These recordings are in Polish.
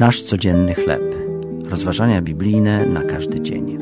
Nasz codzienny chleb. Rozważania biblijne na każdy dzień.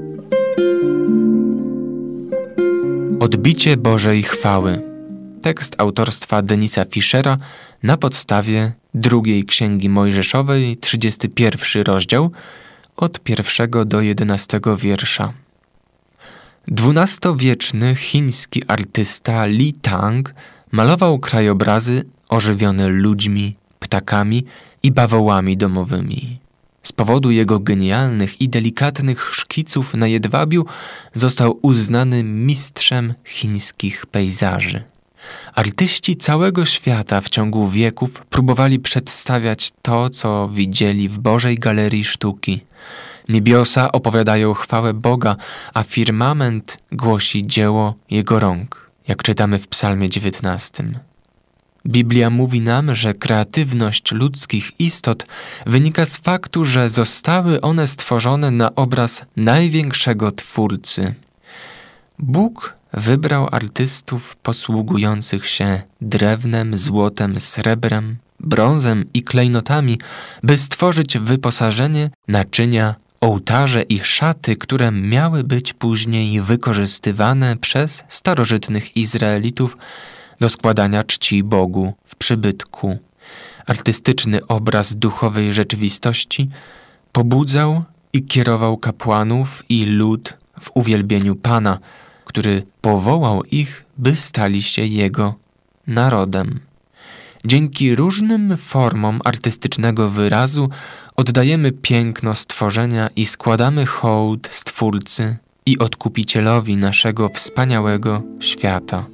Odbicie Bożej chwały. Tekst autorstwa Denisa Fischera na podstawie 2 Księgi Mojżeszowej, 31 rozdział, od 1 do 11 wiersza. XII-wieczny chiński artysta Li Tang malował krajobrazy ożywione ludźmi, ptakami i bawołami domowymi. Z powodu jego genialnych i delikatnych szkiców na jedwabiu został uznany mistrzem chińskich pejzaży. Artyści całego świata w ciągu wieków próbowali przedstawiać to, co widzieli w Bożej Galerii Sztuki. Niebiosa opowiadają chwałę Boga, a firmament głosi dzieło Jego rąk, jak czytamy w Psalmie 19. Biblia mówi nam, że kreatywność ludzkich istot wynika z faktu, że zostały one stworzone na obraz największego Twórcy. Bóg wybrał artystów posługujących się drewnem, złotem, srebrem, brązem i klejnotami, by stworzyć wyposażenie, naczynia, ołtarze i szaty, które miały być później wykorzystywane przez starożytnych Izraelitów do składania czci Bogu w przybytku. Artystyczny obraz duchowej rzeczywistości pobudzał i kierował kapłanów i lud w uwielbieniu Pana, który powołał ich, by stali się Jego narodem. Dzięki różnym formom artystycznego wyrazu oddajemy piękno stworzenia i składamy hołd Stwórcy i Odkupicielowi naszego wspaniałego świata.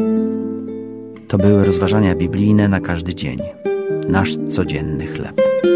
To były rozważania biblijne na każdy dzień. Nasz codzienny chleb.